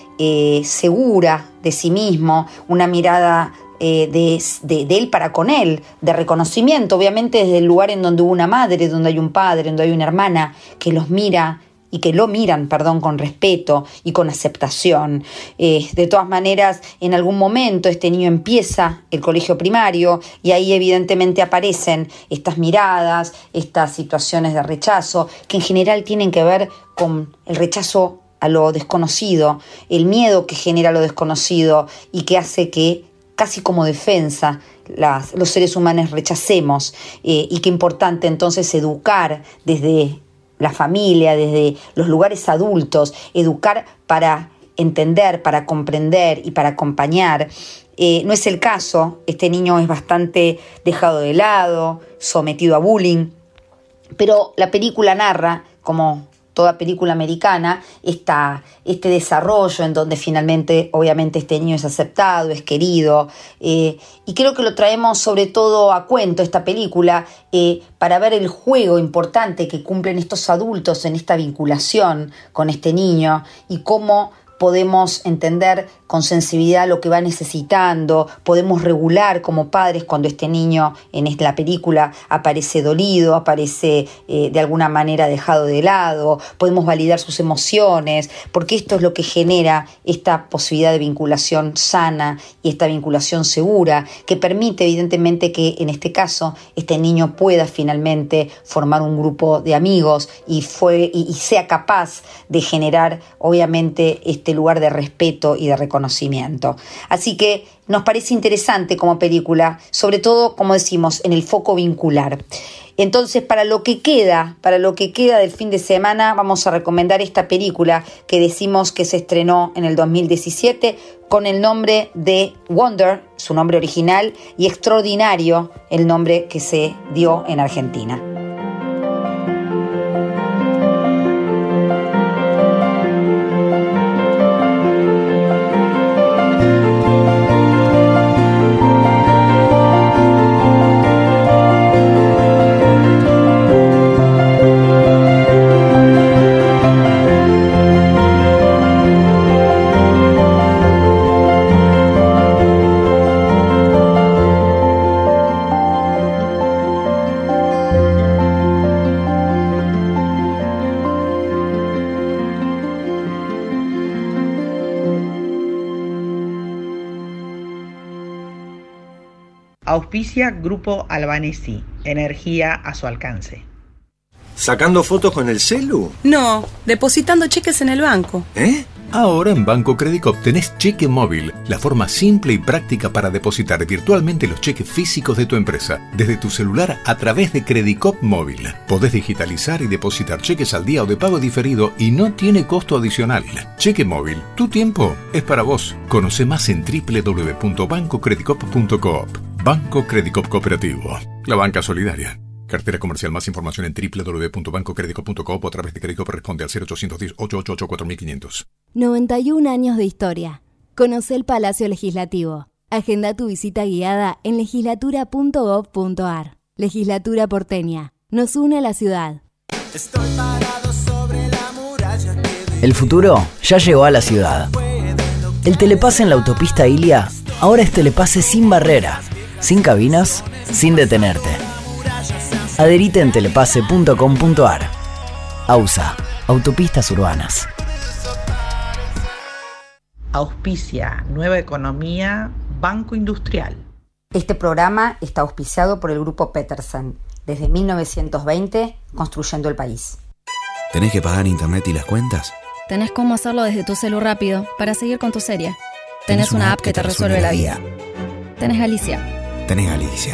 segura de sí mismo, una mirada de él para con él, de reconocimiento, obviamente desde el lugar en donde hubo una madre, donde hay un padre, donde hay una hermana que los mira y que lo miran, con respeto y con aceptación. De todas maneras, en algún momento este niño empieza el colegio primario y ahí evidentemente aparecen estas miradas, estas situaciones de rechazo, que en general tienen que ver con el rechazo a lo desconocido, el miedo que genera lo desconocido y que hace que, casi como defensa, los seres humanos rechacemos, y qué importante entonces educar desde la familia, desde los lugares adultos, educar para entender, para comprender y para acompañar. No es el caso, este niño es bastante dejado de lado, sometido a bullying, pero la película narra, como toda película americana, este desarrollo en donde finalmente, obviamente, este niño es aceptado, es querido, y creo que lo traemos sobre todo a cuento, esta película, para ver el juego importante que cumplen estos adultos en esta vinculación con este niño y cómo podemos entender con sensibilidad lo que va necesitando, podemos regular como padres cuando este niño en la película aparece dolido, aparece de alguna manera dejado de lado, podemos validar sus emociones, porque esto es lo que genera esta posibilidad de vinculación sana y esta vinculación segura, que permite evidentemente que en este caso este niño pueda finalmente formar un grupo de amigos y sea capaz de generar obviamente este lugar de respeto y de reconocimiento. Así que nos parece interesante como película, sobre todo, como decimos, en el foco vincular. Entonces, para lo que queda del fin de semana, vamos a recomendar esta película que decimos que se estrenó en el 2017 con el nombre de Wonder, su nombre original, y Extraordinario, el nombre que se dio en Argentina. Auspicia Grupo Albanesi, energía a su alcance. ¿Sacando fotos con el celu? No, depositando cheques en el banco. ¿Eh? Ahora en Banco Credicop tenés cheque móvil, la forma simple y práctica para depositar virtualmente los cheques físicos de tu empresa, desde tu celular a través de Credicop Móvil. Podés digitalizar y depositar cheques al día o de pago diferido y no tiene costo adicional. Cheque móvil, tu tiempo es para vos. Conoce más en www.bancocredicop.coop. Banco Credicop Cooperativo, la banca solidaria. Cartera comercial. Más información en www.bancocredicop.coop o a través de Credicop. Responde al 0810-888-4500. 91 años de historia. Conoce el Palacio Legislativo. Agenda tu visita guiada en legislatura.gov.ar. Legislatura porteña. Nos une a la ciudad. Estoy parado sobre la muralla que... El futuro ya llegó a la ciudad. El telepase en la autopista Ilia ahora es telepase sin barrera, sin cabinas, sin detenerte. Adherite en telepase.com.ar. AUSA, Autopistas Urbanas. Auspicia Nueva Economía, Banco Industrial. Este programa está auspiciado por el Grupo Petersen. Desde 1920, construyendo el país. ¿Tenés que pagar internet y las cuentas? Tenés cómo hacerlo desde tu celu rápido para seguir con tu serie. Tenés una app que te resuelve la vida. Tenés Alicia. Tenés Alicia.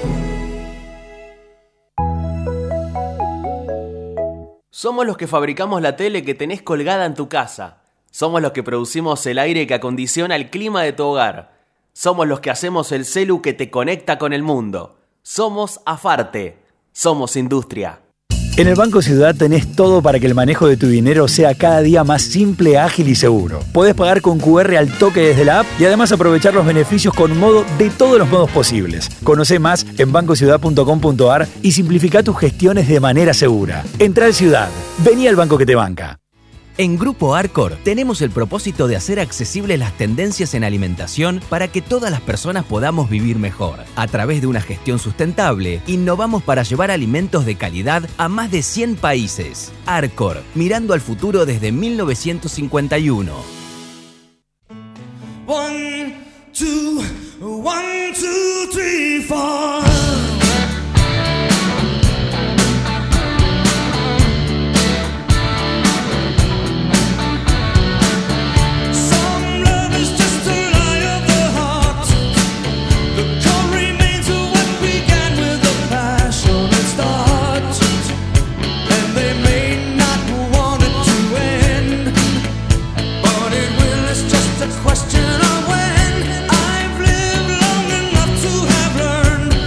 Somos los que fabricamos la tele que tenés colgada en tu casa. Somos los que producimos el aire que acondiciona el clima de tu hogar. Somos los que hacemos el celu que te conecta con el mundo. Somos Afarte. Somos industria. En el Banco Ciudad tenés todo para que el manejo de tu dinero sea cada día más simple, ágil y seguro. Podés pagar con QR al toque desde la app y además aprovechar los beneficios con modo de todos los modos posibles. Conocé más en bancociudad.com.ar y simplifica tus gestiones de manera segura. Entrá al Ciudad. Vení al banco que te banca. En Grupo Arcor tenemos el propósito de hacer accesibles las tendencias en alimentación para que todas las personas podamos vivir mejor. A través de una gestión sustentable, innovamos para llevar alimentos de calidad a más de 100 países. Arcor, mirando al futuro desde 1951. 1, 2, 1, 2, 3, 4. Question of when. I've lived long enough to have learned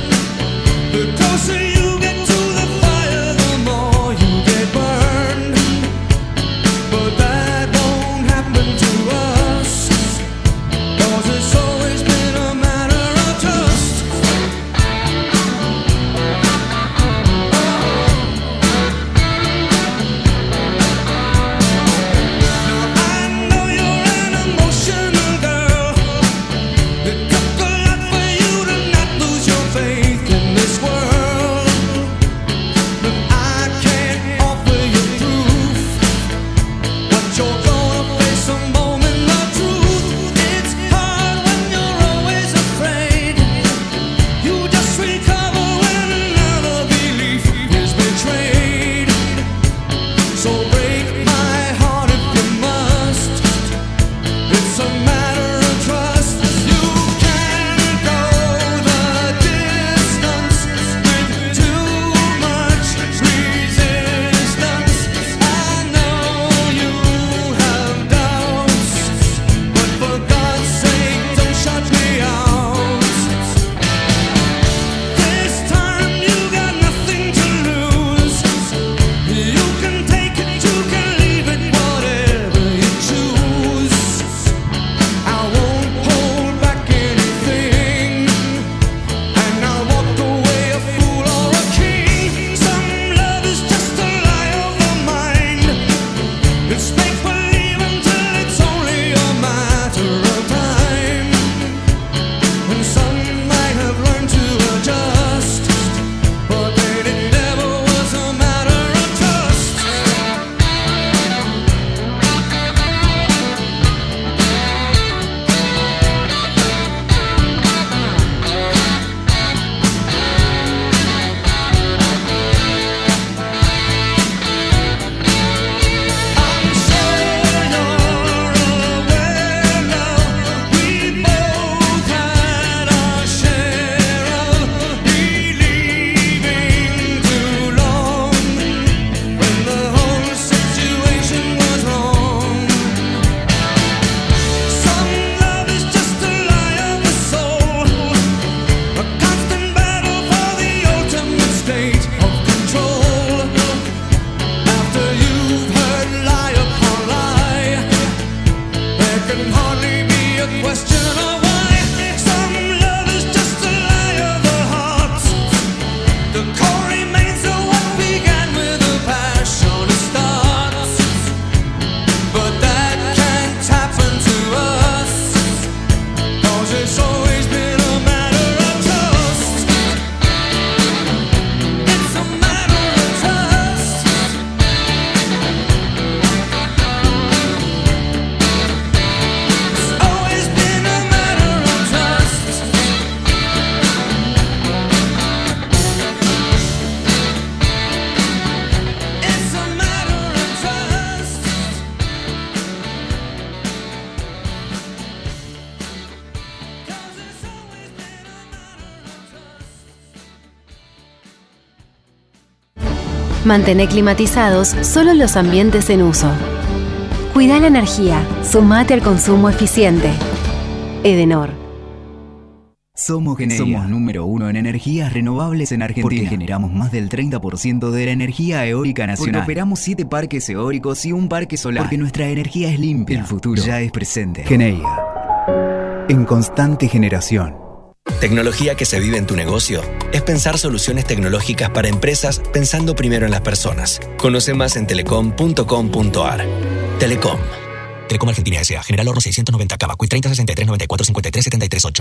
Mantener climatizados solo los ambientes en uso. Cuida la energía. Sumate al consumo eficiente. Edenor. Somos número 1 en energías renovables en Argentina. Porque generamos más del 30% de la energía eólica nacional. Porque operamos 7 parques eólicos y un parque solar. Porque nuestra energía es limpia. El futuro ya es presente. Geneia. En constante generación. Tecnología que se vive en tu negocio es pensar soluciones tecnológicas para empresas pensando primero en las personas. Conoce más en telecom.com.ar. Telecom. Telecom Argentina S.A. General Horno 690 Cavacuy 30 63 94 53 73 8.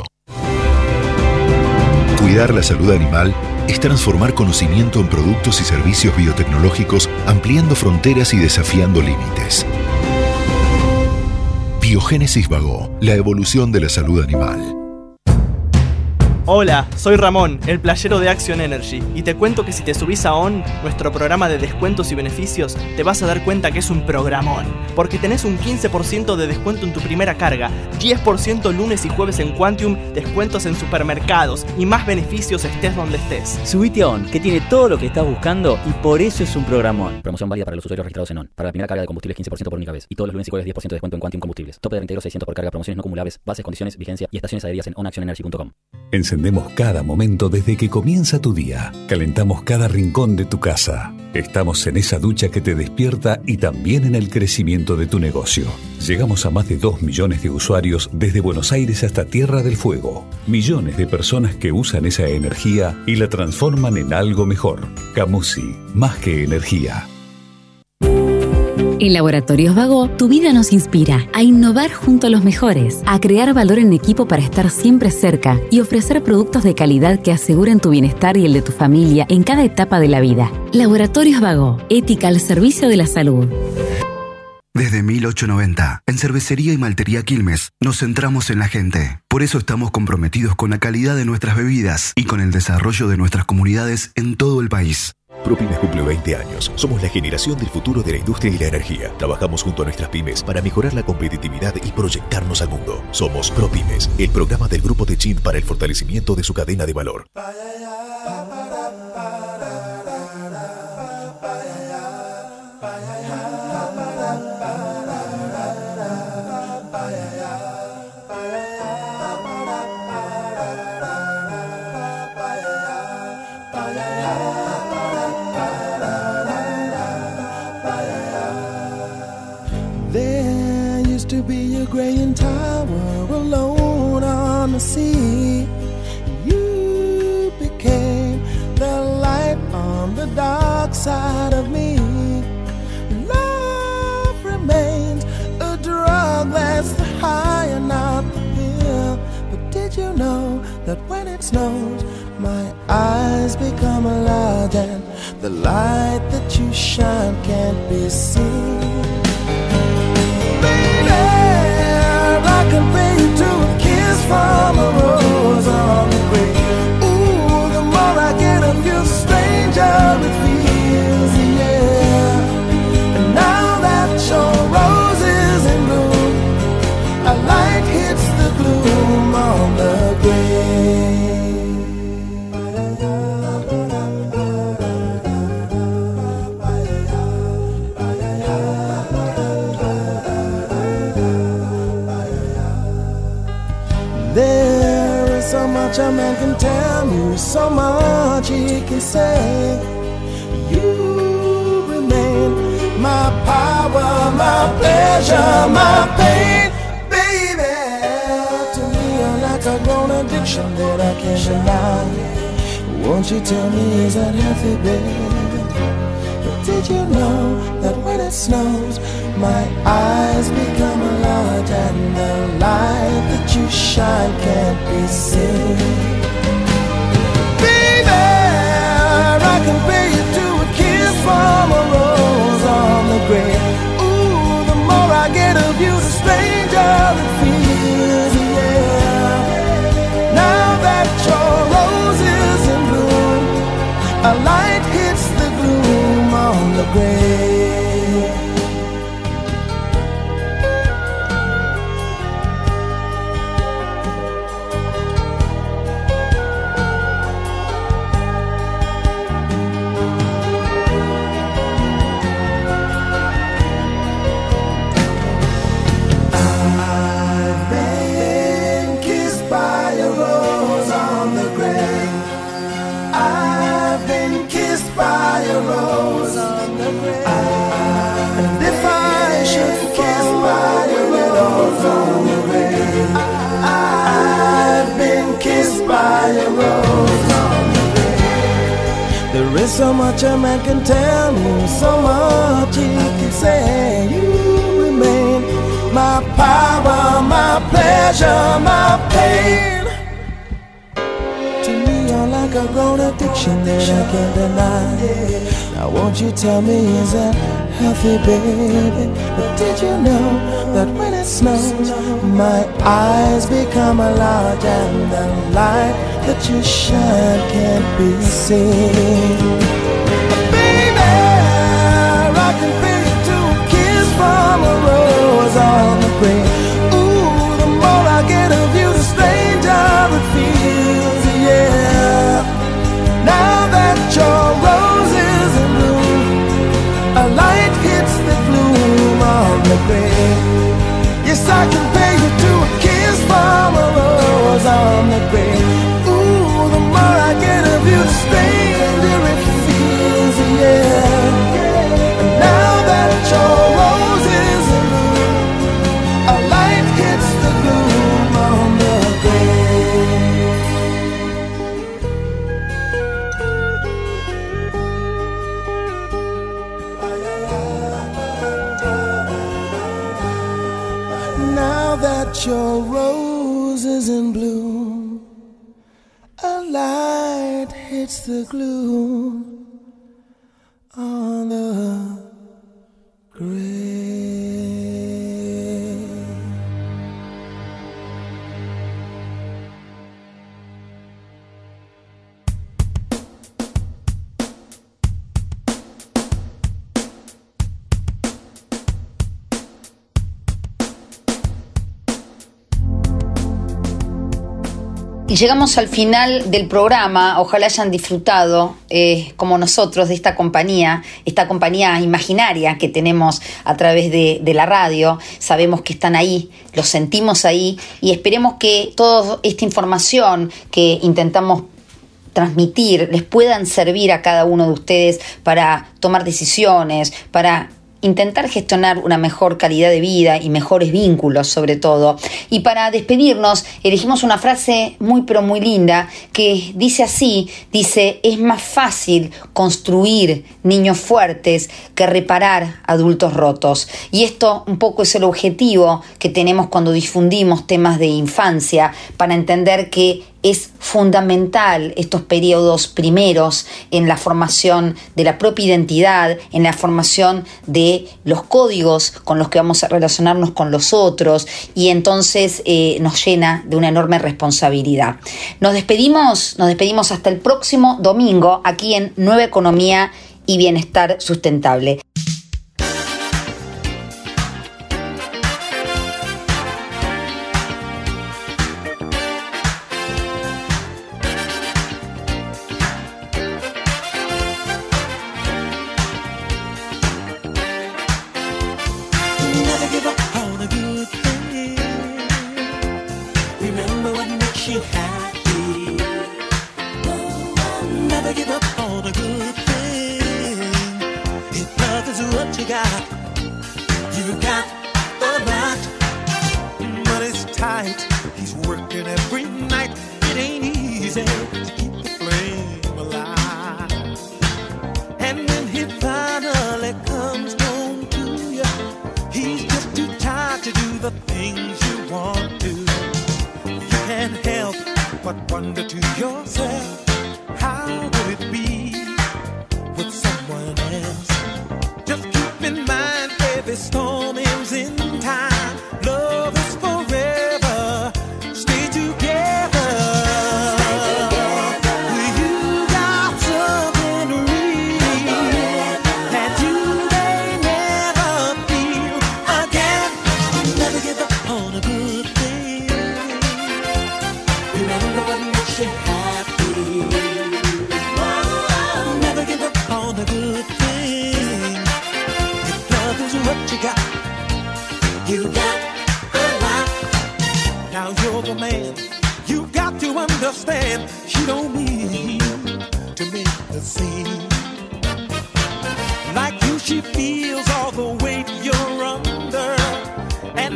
Cuidar la salud animal es transformar conocimiento en productos y servicios biotecnológicos, ampliando fronteras y desafiando límites. Biogénesis Vago, la evolución de la salud animal. Hola, soy Ramón, el playero de Action Energy, y te cuento que si te subís a ON, nuestro programa de descuentos y beneficios, te vas a dar cuenta que es un programón, porque tenés un 15% de descuento en tu primera carga, 10% lunes y jueves en Quantium, descuentos en supermercados y más beneficios estés donde estés. Subite a ON, que tiene todo lo que estás buscando y por eso es un programón. Promoción válida para los usuarios registrados en ON. Para la primera carga de combustibles 15% por única vez, y todos los lunes y jueves 10% de descuento en Quantium Combustibles. Tope de reintegro 600 por carga, promociones no acumulables, bases, condiciones, vigencia y estaciones adheridas en onactionenergy.com. Encendemos cada momento desde que comienza tu día. Calentamos cada rincón de tu casa. Estamos en esa ducha que te despierta y también en el crecimiento de tu negocio. Llegamos a más de 2 millones de usuarios desde Buenos Aires hasta Tierra del Fuego. Millones de personas que usan esa energía y la transforman en algo mejor. Camusi, más que energía. En Laboratorios Vago, tu vida nos inspira a innovar junto a los mejores, a crear valor en equipo para estar siempre cerca y ofrecer productos de calidad que aseguren tu bienestar y el de tu familia en cada etapa de la vida. Laboratorios Vago, ética al servicio de la salud. Desde 1890, en Cervecería y Maltería Quilmes, nos centramos en la gente. Por eso estamos comprometidos con la calidad de nuestras bebidas y con el desarrollo de nuestras comunidades en todo el país. ProPymes cumple 20 años. Somos la generación del futuro de la industria y la energía. Trabajamos junto a nuestras pymes para mejorar la competitividad y proyectarnos al mundo. Somos ProPymes, el programa del Grupo Techint para el fortalecimiento de su cadena de valor. Graying tower alone on the sea. You became the light on the dark side of me. Love remains a drug that's the high and not the pill. But did you know that when it snows, my eyes become large and the light that you shine can't be seen? I compare you to a kiss from a rose on the grave. Ooh, the more I get of you, the stranger it feels, yeah. And now that your rose is in bloom, a light hits the gloom on the grave. There is so much a man can tell you, so much he can say. You remain my power, my pleasure, my pain, baby. To me you're like a grown addiction that I can't deny. Won't you tell me, is that healthy, baby? But did you know that when it snows, my eyes become large and the light that you shine can't be seen? Baby, I compare you to a kiss from a rose on the grave. Ooh, the more I get of you, the stranger it feels, yeah. Now that your rose is in bloom, a light hits the gloom on the grave. rose on the grave. There is so much a man can tell me, so much he can say. You remain my power, my pleasure, my pain. To me you're like a grown addiction that I can't deny. Now won't you tell me, is that healthy, baby? But did you know that when it snows, my eyes become large and the light that you shine can't be seen? Baby, I can pay you to a kiss from a rose on the grave. Ooh, the more I get of you, the stranger it feels, yeah. Now that your rose is in bloom, a light hits the gloom on the grave. Yes, I can pay you to a kiss from a rose on the grave. Ooh, the more I get of you, the stranger it feels, yeah. And now that your rose is in bloom, a light hits the gloom on the grave. Now that your rose is in bloom, a light hits the gloom on the grave. Y llegamos al final del programa. Ojalá hayan disfrutado, como nosotros, de esta compañía imaginaria que tenemos a través de la radio. Sabemos que están ahí, los sentimos ahí, y esperemos que toda esta información que intentamos transmitir les puedan servir a cada uno de ustedes para tomar decisiones, para intentar gestionar una mejor calidad de vida y mejores vínculos, sobre todo. Y para despedirnos, elegimos una frase muy pero muy linda que dice así, dice: es más fácil construir niños fuertes que reparar adultos rotos. Y esto un poco es el objetivo que tenemos cuando difundimos temas de infancia, para entender que es fundamental estos periodos primeros en la formación de la propia identidad, en la formación de los códigos con los que vamos a relacionarnos con los otros, y entonces nos llena de una enorme responsabilidad. Nos despedimos hasta el próximo domingo aquí en Nueva Economía y Bienestar Sustentable.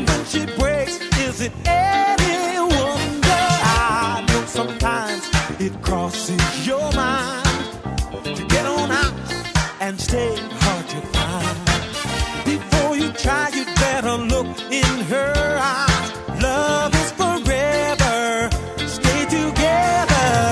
It crosses your mind to get on out and stay hard to find. Before you try, you better look in her eyes. Love is forever. Stay together.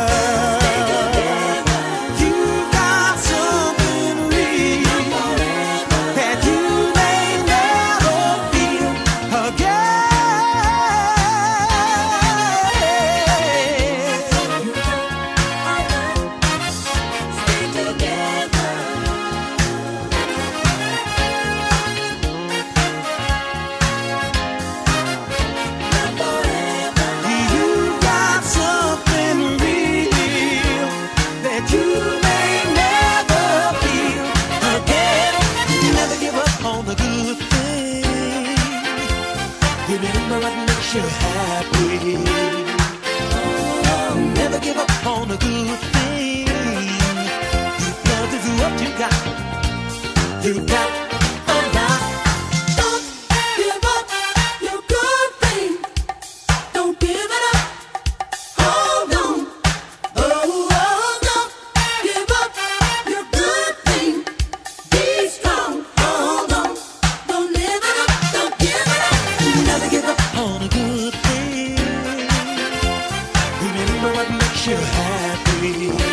You're happy. Never give up on a good thing. Love is what you got. You got a lot. Don't give up your good thing. Don't give it up. Hold on. Oh, don't give up your good thing. Be strong. Hold on. Don't live it up. Don't give it up. Never give up on a good thing. Remember what makes you happy.